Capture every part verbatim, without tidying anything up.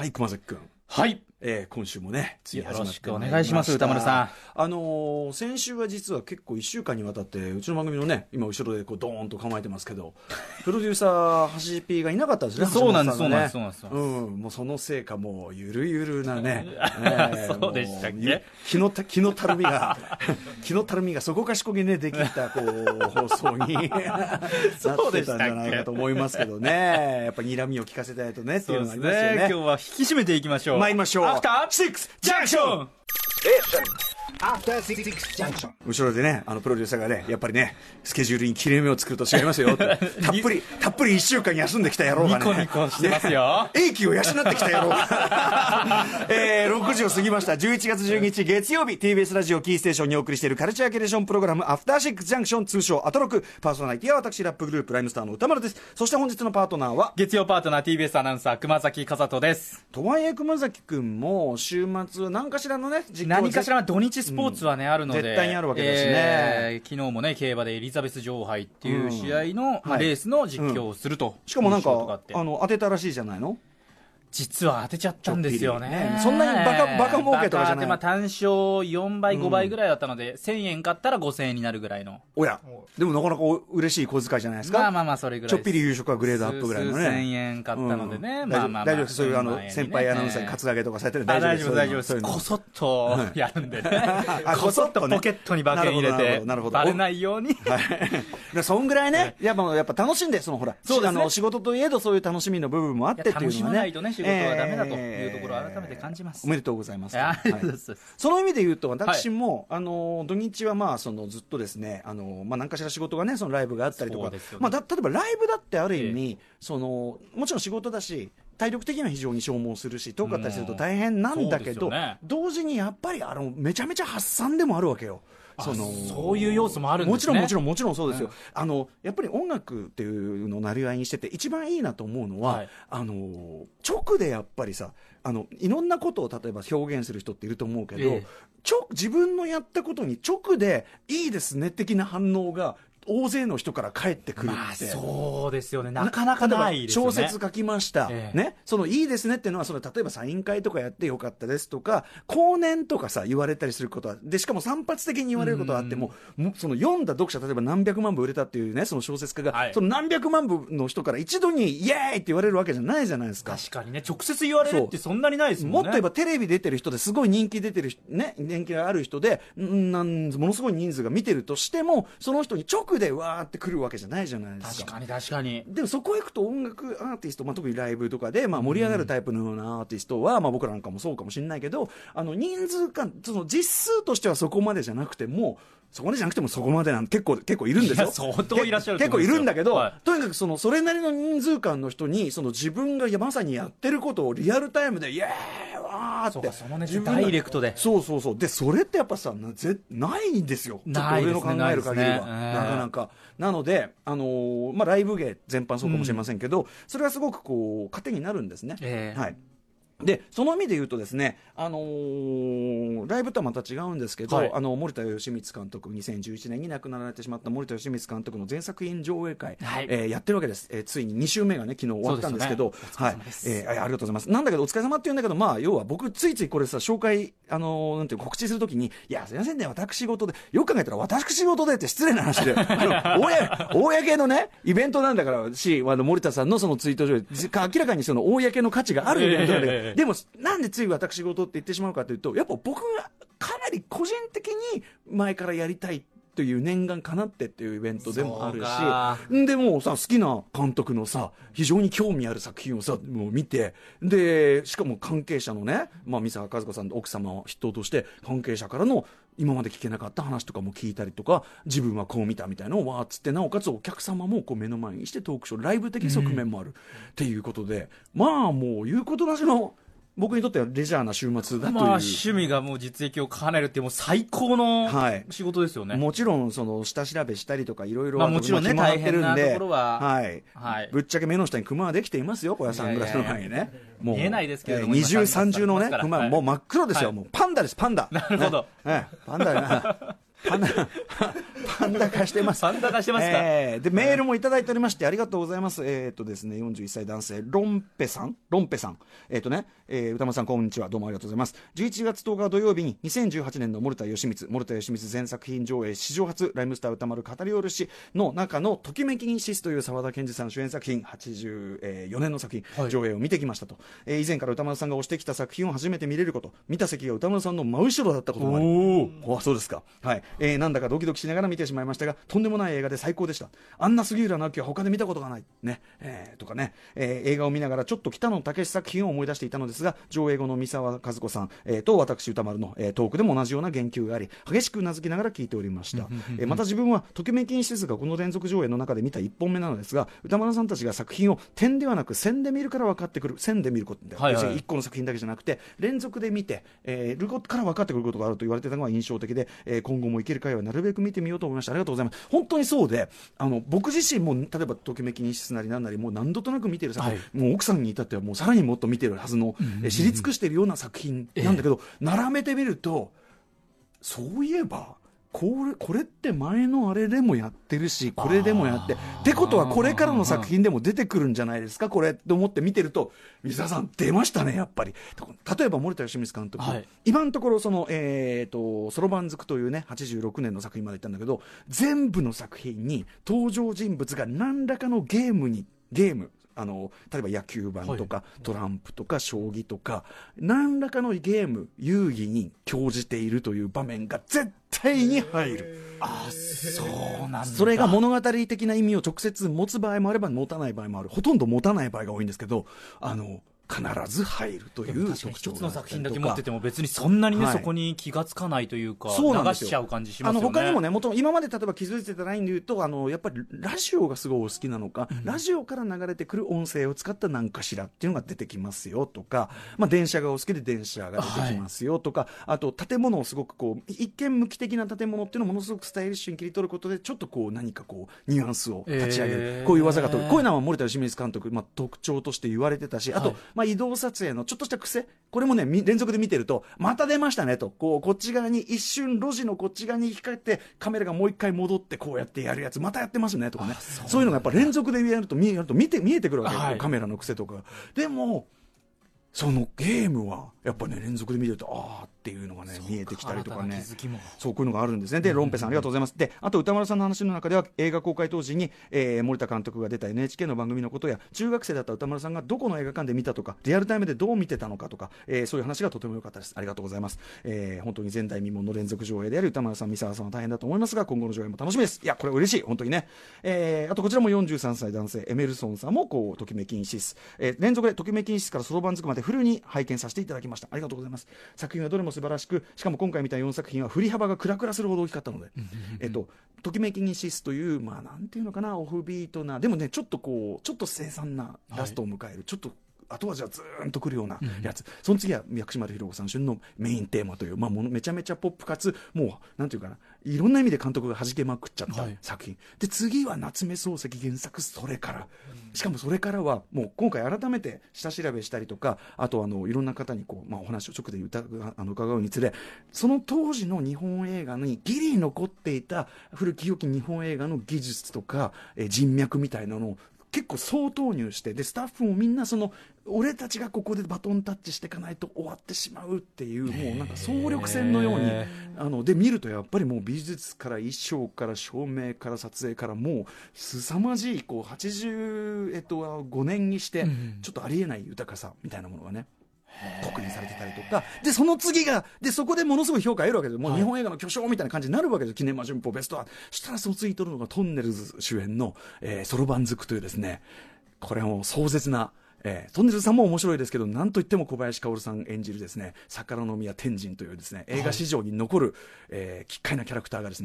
はい、熊崎くん。 はい、 えー、今週もね、 よろしくお願いします。歌丸さん、 あのー、先週は実は結構いっしゅうかんにわたってうちの番組のね、今後ろでこうドーンと構えてますけど、プロデューサー橋 P がいなかったんですね。 そうなんです、そうなんです、 そうなんです。うん、もうそのせいかもうゆるゆるなね、えー、そうでしたっけ。 気のた気のたるみが気のたるみがそこかしこにねできたこう放送になってたんじゃないかと思いますけどね。やっぱ睨みを聞かせたいとねっていうのがありますよね。 今日は引き締めていきましょう。 参りましょう。 アフターシックスジャンクション。 後ろでね、あのプロデューサーがね、やっぱりね、スケジュールに切れ目を作ると違いますよたっぷりたっぷりいっしゅうかん休んできた野郎がね、 ニコニコしてますよ、 ね、英気を養ってきた野郎が、えー、ろくじを過ぎました。じゅういちがつじゅうににち月曜日、 ティービーエス ラジオキーステーションにお送りしているカルチャーキュレーションプログラム、アフターシックスジャンクション、通称アトロク。パーソナリティは私ラップグループライムスターの歌丸です。そして本日のパートナーは月曜パートナー ティービーエス アナウンサー熊崎和人です。 とはいえ熊崎くんも週末何かしらのね、実況何かしらの土日スポーツはね、うん、あるので絶対にあるわけだしね、 えー、昨日もね競馬でエリザベス女王杯っていう試合の、うん、レースの実況をすると、うん、 しかもなんかあの当てたらしいじゃないの。 実は当てちゃったんですよ ね, ねそんなにバカバカ儲けとかじゃない。 まあ、単勝よんばいごばいぐらいだったので、うん、せんえん買ったらごせんえんになるぐらいの。 おやでもなかなか嬉しい小遣いじゃないですか。 まあまあまあそれぐらいちょっぴり夕食はグレードアップぐらいのね、 数千円買ったのでね、うん、まあまあまあ大丈夫です。そういうあの先輩アナウンサーにカツアゲとかされてる。 大丈夫大丈夫です。こそっとやるんでねこそっとポケットに馬券入れてバレないように、 はい、そんぐらいね、やっぱやっぱ楽しんで、そのほらそうです、ね、あの仕事といえどそういう楽しみの部分もあってっていうのはね、 楽しまないとね仕事はダメだというところを改めて感じます。 おめでとうございます。 はい、 その意味で言うと私も、はい、あの土日はまあそのずっとですね、あの、まあ、何かしら仕事がね、そのライブがあったりとか、ね、まあ、だ例えばライブだってある意味、えー、そのもちろん仕事だし体力的には非常に消耗するし遠かったりすると大変なんだけど、ね、同時にやっぱりあのめちゃめちゃ発散でもあるわけよ。 そのそういう要素もあるんですね。 もちろんもちろんもちろんそうですよ、うん、あのやっぱり音楽っていうのをなりわいにしてて一番いいなと思うのは、はい、あの直でやっぱりさ、あのいろんなことを例えば表現する人っていると思うけど、ええ、ちょ自分のやったことに直でいいですね的な反応が大勢の人から返ってくるって、まあ、 そうですよね、なかなかないですよね。 小説書きました、ええね、そのいいですねっていうのはその例えばサイン会とかやってよかったですとか後年とかさ言われたりすることはで、しかも散発的に言われることはあっても、もその読んだ読者例えば何百万部売れたっていうねその小説家が、はい、その何百万部の人から一度にイエーイって言われるわけじゃないじゃないですか。 確かにね、直接言われるってそんなにないですもんね。 もっと言えばテレビ出てる人ですごい人気出てるね、人気がある人でんなんものすごい人数が見てるとしてもその人に直でわーってくるわけじゃないじゃないですか。 確かに確かに。 でもそこへ行くと音楽アーティスト、まあ、特にライブとかで、まあ、盛り上がるタイプのようなアーティストは、うん、まあ、僕らなんかもそうかもしれないけど、あの人数間その実数としてはそこまでじゃなくてもそこまでじゃなくてもそこまでなん結構結構いるんですよ。 相当いらっしゃると結構いるんだけど、 はい、 とにかくそのそれなりの人数間の人にその自分がまさにやってることをリアルタイムでイエーイわーって、 そうか、そのねダイレクトで、 そうそうそう、でそれってやっぱさなぜないんですよ。ちょっと俺の考える限りは な,、ね、なかなかなので、あのーまあ、ライブ芸全般そうかもしれませんけど、うん、それはすごくこう糧になるんですね、 えー、 はい。でその意味で言うとですね、あのー、ライブとはまた違うんですけど、はい、あの森田義満監督にせんじゅういちねんに亡くなられてしまった森田義満監督の全作品上映会、はい、えー、やってるわけです、えー、ついにに週目がね昨日終わったんですけど、はい、えー、ありがとうございます。なんだけどお疲れ様って言うんだけど、まあ要は僕ついついこれさ紹介、あのー、なんていう告知するときにいやすいませんね私事で、よく考えたら私仕事でって失礼な話であの公のねイベントなんだからし、あの森田さんのそのツイート上明らかにその公の価値があるイベントなんだけど、えーでもなんでつい私事って言ってしまうかというと、やっぱ僕がかなり個人的に前からやりたいという念願かなってっていうイベントでもあるし、でもさ好きな監督のさ非常に興味ある作品をさもう見て、でしかも関係者のね、まあ、三沢和子さんの奥様を筆頭として関係者からの今まで聞けなかった話とかも聞いたりとか、自分はこう見たみたいなのをわーっつって、なおかつお客様もこう目の前にしてトークショーライブ的側面もある、うん、っていうことで、まあもう言うことなしの僕にとってはレジャーな週末だという、まあ、 趣味がもう実益を兼ねるっていうもう最高の仕事ですよね、 はい、もちろんその下調べしたりとかいろいろもちろんね大変なところは、 はいはい、ぶっちゃけ目の下にクマはできていますよ、小屋サングラスの前にね、もう見えないですけれども、 二重三重のねクマ、はい、もう真っ黒ですよ、はい、もうパンダですパンダなるほど、 ねね、パンダなパンダパンダ化してます。 パンダ化してますか。 えー、でメールもいただいておりましてありがとうございます。えっ、ー、とですねよんじゅういっさい男性ロンペさんロンペさんえっ、ー、とね、えー、歌丸さんこんにちは、どうもありがとうございます。じゅういちがつとおか土曜日ににせんじゅうはちねんの森田義満森田義満全作品上映史上初ライムスター歌丸語り下ろしの中のときめきにシスという沢田研二さん主演作品はちじゅうよねんの作品、はい、上映を見てきましたと、えー、以前から歌丸さんが推してきた作品を初めて見れること、見た席が歌丸さんの真後ろだったこともあり、おおそうですか、はいえー、なんだかドキドキしながら見てしまいましたが、とんでもない映画で最高でした。あんな杉浦直樹は他で見たことがない、ねえー、とかね、えー、映画を見ながらちょっと北野武作品を思い出していたのですが、上映後の三沢和子さん、えー、と私歌丸の、えー、トークでも同じような言及があり、激しくうなずきながら聞いておりました。えー、また自分はときめきにシスがこの連続上映の中で見たいっぽんめなのですが、歌丸さんたちが作品を点ではなく線で見るから分かってくる、線で見ることで、はいはい、いっこの作品だけじゃなくて連続で見て、えー、るから分かってくることがあると言われていたのが印象的で、えー、今後も生きる回はなるべく見てみようと思いました。ありがとうございます。本当にそうで、あの僕自身も例えばときめきにシスなりなんなりもう何度となく見てる作品、はい、もう奥さんに至ってはもうさらにもっと見てるはずの、うんうんうん、えー、知り尽くしているような作品なんだけど、えー、並べてみるとそういえばこれ、これって前のあれでもやってるし、これでもやってってことはこれからの作品でも出てくるんじゃないですかこれって思って見てると、水田さん出ましたねやっぱり。例えば森田義満監督、はい、今のところそのえーとそろばんずくというねはちじゅうろくねんの作品まで行ったんだけど、全部の作品に登場人物が何らかのゲームにゲームあの例えば野球盤とか、はい、トランプとか将棋とか何らかのゲーム遊戯に興じているという場面が絶対に入る。 あ、そうなんだ。 それが物語的な意味を直接持つ場合もあれば持たない場合もある。ほとんど持たない場合が多いんですけど、あの必ず入るという特徴があったりとか。一つの作品だけ持ってても別にそんなにね、はい、そこに気がつかないというか、 そうなん流しちゃう感じしますよね。 あの他にもね、元今まで例えば気づいてたラインで言うと、あのやっぱりラジオがすごいお好きなのか、うん、ラジオから流れてくる音声を使った何かしらっていうのが出てきますよとか、まあ、電車がお好きで電車が出てきますよとか、はい、あと建物をすごくこう一見無機的な建物っていうのをものすごくスタイリッシュに切り取ることでちょっとこう何かこうニュアンスを立ち上げる、えー、こういう技が取る、こういうのは森田義満監督、まあ、特徴として言われてたし、あと、はい、まあ、移動撮影のちょっとした癖、これもね連続で見てるとまた出ましたねと、こうこっち側に一瞬路地のこっち側に引っ掛けてカメラがもう一回戻ってこうやってやるやつまたやってますねとかね、そう、そういうのがやっぱ連続でやると見えると見て見えてくるわけ、はい、カメラの癖とか。でもそのゲームはやっぱね連続で見てるとあーっていうのがね見えてきたりとかね、そうこういうのがあるんですね。でロンペさんありがとうございます。であと歌丸さんの話の中では映画公開当時に、えー、森田監督が出た エヌエイチケー の番組のことや中学生だった歌丸さんがどこの映画館で見たとかリアルタイムでどう見てたのかとか、えー、そういう話がとても良かったです。ありがとうございます。えー、本当に前代未聞の連続上映である歌丸さん三沢さんは大変だと思いますが今後の上映も楽しみです。いやこれ嬉しい本当にね。えー、あとこちらもよんじゅうさんさい男性エメルソンさんもこうときめきんシス、えー、連続でときめきんシスからそろばんずくまでフルに拝見させていただきました。ありがとうございます。作品はどれも素晴らしく、しかも今回見たよんさく品は振り幅がクラクラするほど大きかったのでえっとときめきにシスというまあなんていうのかなオフビートなでもねちょっとこうちょっと凄惨なラストを迎える、はい、ちょっと後味はずーんとくるようなやつ、うん、その次は薬師丸ひろ子さん主演のメインテーマという、まあ、ものめちゃめちゃポップかつもうなんていうかないろんな意味で監督が弾けまくっちゃった作品、はい、で次は夏目漱石原作それから、うん、しかもそれからはもう今回改めて下調べしたりとかあとあのいろんな方にこう、まあ、お話を直で歌あの伺うにつれその当時の日本映画にギリ残っていた古き良き日本映画の技術とか、え人脈みたいなのを結構総投入してでスタッフもみんなその俺たちがここでバトンタッチしていかないと終わってしまうっていうもうなんか総力戦のようにあので見るとやっぱりもう美術から衣装から照明から撮影からもう凄まじいこうはちじゅうごねんにしてちょっとありえない豊かさみたいなものがね刻印されてたりとかでその次がでそこでものすごい評価を得るわけです。もう日本映画の巨匠みたいな感じになるわけです。キネマ旬報ベストワンそしたらその次に撮るのがトンネルズ主演のそろばんずくというですねこれはもう壮絶なえー、トンネルズさんも面白いですけどなんといっても小林薫さん演じるですね坂の宮天神というですね映画史上に残る、はいえー、奇怪なキャラクターがですね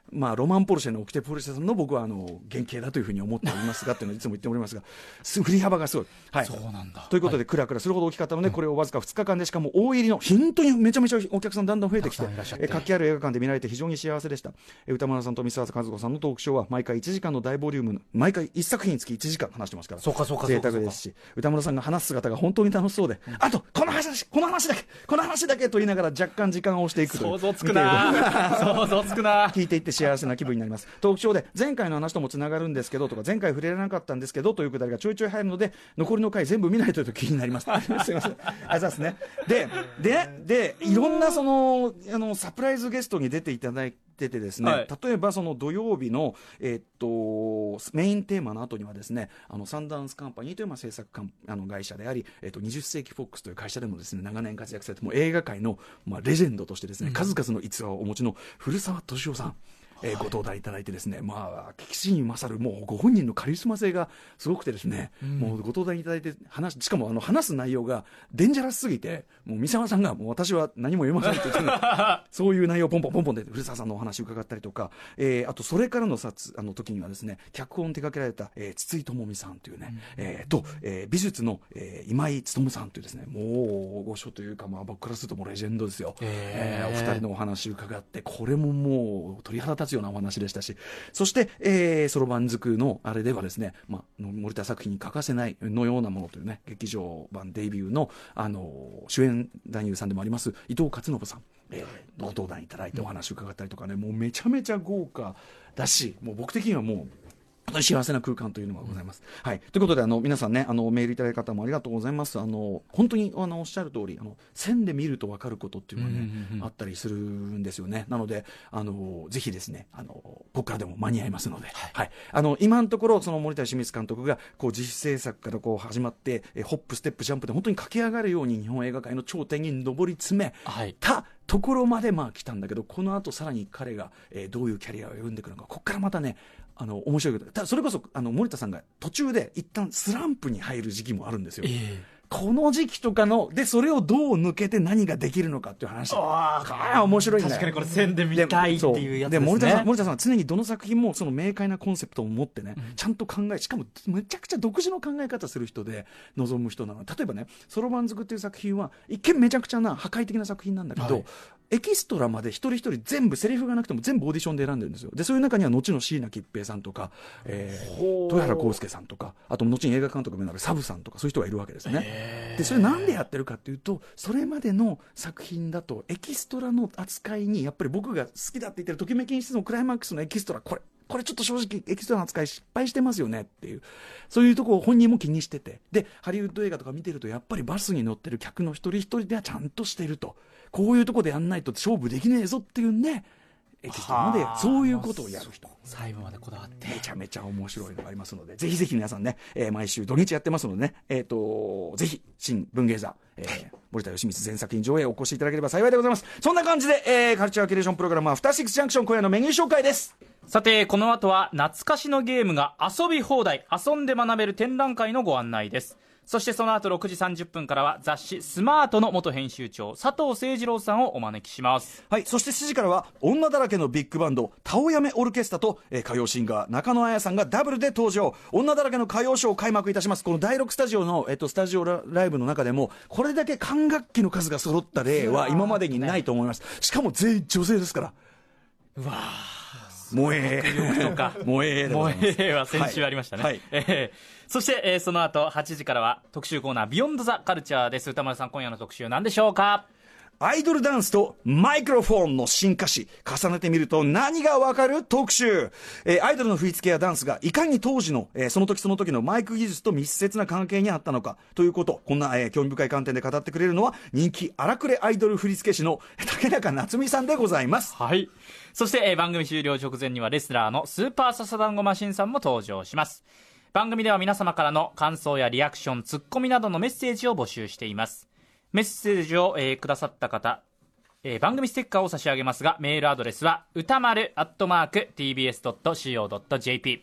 まあ、ロマンポルシェのオキテポルシェさんの僕はあの原型だというふうに思っておりますがっていうのをいつも言っておりますが、振り幅がすごい、はい、 そうなんだ。 ということで、クラクラするほど大きかったので、これをわずかふつかかんでしかも大入りの本当にめちゃめちゃお客さんだんだん増えてきて、え活気ある映画館で見られて非常に幸せでした。え歌丸さんと三沢和子さんのトークショーは毎回いちじかんの大ボリュームの毎回いっさく品につきいちじかん話してますから、 そうかそうか贅沢ですし、歌丸さんが話す姿が本当に楽しそうで、うん、あとこの話この話だけこの話だけと言いながら若干時間を押していくという、 想像つくな想像つくな聞いていって幸せな気分になります。トークショーで前回の話ともつながるんですけどとか、前回触れられなかったんですけどというくだりがちょいちょい入るので、残りの回全部見ないというと気になりますすいません、あざですね。でででいろんなそのあのサプライズゲストに出ていただいててですね、はい、例えばその土曜日の、えー、っとメインテーマの後にはですね、あのサンダンスカンパニーというまあ制作かんあの会社であり、えー、っとにじゅっせいきフォックスという会社でもですね長年活躍されて、もう映画界の、まあ、レジェンドとしてですね、うん、数々の逸話をお持ちの古澤敏夫さん、えー、ご登壇いただいてですね、まあ騎士に勝るもうご本人のカリスマ性がすごくてですね、うん、もうご登壇いただいて話、しかもあの話す内容がデンジャラスすぎて、もう三沢さんがもう私は何も言えませんって言ってそういう内容をポンポンポンポンで古澤さんのお話を伺ったりとか、えー、あとそれからの撮あの時にはですね、脚本を手掛けられた、えー、筒井智美さんというね、うん、えー、と、えー、美術の、えー、今井勉さんというですね、もう大御所というか、まあ、僕からするともうレジェンドですよ、えー、お二人のお話を伺って、これももう鳥肌立つようなお話でしたし、そしてえそろばんずくのあれではですね、まあ、森田作品に欠かせないのようなものというね、劇場版デビューの、あの主演男優さんでもあります伊藤勝信さん、えー、ご登壇いただいてお話を伺ったりとかね、もうめちゃめちゃ豪華だし、もう僕的にはもう幸せな空間というのがございます、うん、はい、ということで、あの皆さんね、あのメールいただいた方もありがとうございます。あの本当にあのおっしゃる通り、あの線で見ると分かることっていうのがね、うんうんうん、あったりするんですよね。なのであのぜひですね、あのここからでも間に合いますので、はいはい、あの今のところその森田清水監督がこう自主制作からこう始まってえホップステップジャンプで本当に駆け上がるように日本映画界の頂点に上り詰め、はい、たところまでまあ来たんだけど、この後さらに彼が、えー、どういうキャリアを歩んでくるのか、ここからまたね、あの面白いこと、ただそれこそあの森田さんが途中で一旦スランプに入る時期もあるんですよ、えー、この時期とかので、それをどう抜けて何ができるのかっていう話、ああ面白いんだよ。 確かにこれ線で見たいっていうやつですね。で森田さん、森田さんは常にどの作品もその明快なコンセプトを持ってね、うん、ちゃんと考え、しかもめちゃくちゃ独自の考え方する人で臨む人なの。例えばね、そろばんずくっていう作品は一見めちゃくちゃな破壊的な作品なんだけど、はい、エキストラまで一人一人全部セリフがなくても全部オーディションで選んでるんですよ。でそういう中には後の椎名桔平さんとか、えー、豊原康介さんとか、あと後に映画監督になるサブさんとか、そういう人がいるわけですね。でそれなんでやってるかっていうと、それまでの作品だとエキストラの扱いにやっぱり僕が好きだって言ってるときめき演出のクライマックスのエキストラ、これこれちょっと正直エキストラの扱い失敗してますよねっていう、そういうところを本人も気にしてて、でハリウッド映画とか見てるとやっぱりバスに乗ってる客の一人一人ではちゃんとしてると、こういうところでやんないと勝負できねえぞっていうんでエキストラまでそういうことをやる人、 細部までこだわってめちゃめちゃ面白いのがありますので、ぜひぜひ皆さんね、えー、毎週土日やってますのでね、えー、とぜひ新文芸座、えー、森田義満全作品上映お越しいただければ幸いでございます。そんな感じで、えー、カルチャーキュレーションプログラムアフターシックスジャンクション、今夜のメニュー紹介です。 さてこの後は懐かしのゲームが遊び放題、遊んで学べる展覧会のご案内です。そしてその後ろくじさんじゅっぷんからは雑誌スマートの元編集長佐藤誠二郎さんをお招きします。 はい、そしてしちじからは女だらけのビッグバンドタオヤメオルケスタと、えー、歌謡シンガー中野彩さんがダブルで登場。女だらけの歌謡ショーを開幕いたします。このだいろくスタジオの、えっと、スタジオ ラ, ライブの中でもこれだけ管楽器の数が揃った例は今までにないと思います。しかも全員女性ですから。 うわ萌え萌え萌えは先週ありましたね、はいはい、えー、そして、えー、その後はちじからは特集コーナービヨンドザカルチャーです。歌丸さん、今夜の特集何でしょうか。 アイドルダンスとマイクロフォンの進化史、重ねてみると何がわかる特集、えー、アイドルの振り付けやダンスがいかに当時の、えー、その時その時のマイク技術と密接な関係にあったのかということ、こんな、えー、興味深い観点で語ってくれるのは人気荒くれアイドル振付師の竹中夏実さんでございます。 はい、そして、えー、番組終了直前にはレスラーのスーパーササダンゴマシンさんも登場します。番組では皆様からの感想やリアクション、ツッコミなどのメッセージを募集しています。メッセージを、えー、くださった方、えー、番組ステッカーを差し上げますが、メールアドレスは歌丸アットマーク ティービーエスドットシーオードットジェーピー、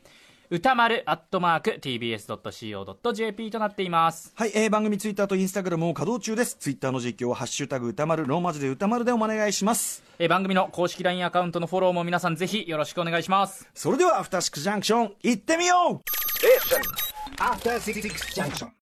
歌丸アットマーク ティービーエスドットシーオードットジェーピー となっています。 はい、えー、番組ツイッターとインスタグラムも稼働中です。ツイッターの実況はハッシュタグ歌丸、ローマ字で歌丸でお願いします。 えー、番組の公式 ライン アカウントのフォローも皆さんぜひよろしくお願いします。 それではアフターシックスジャンクション行ってみよう。 アフターシックスジャンクション。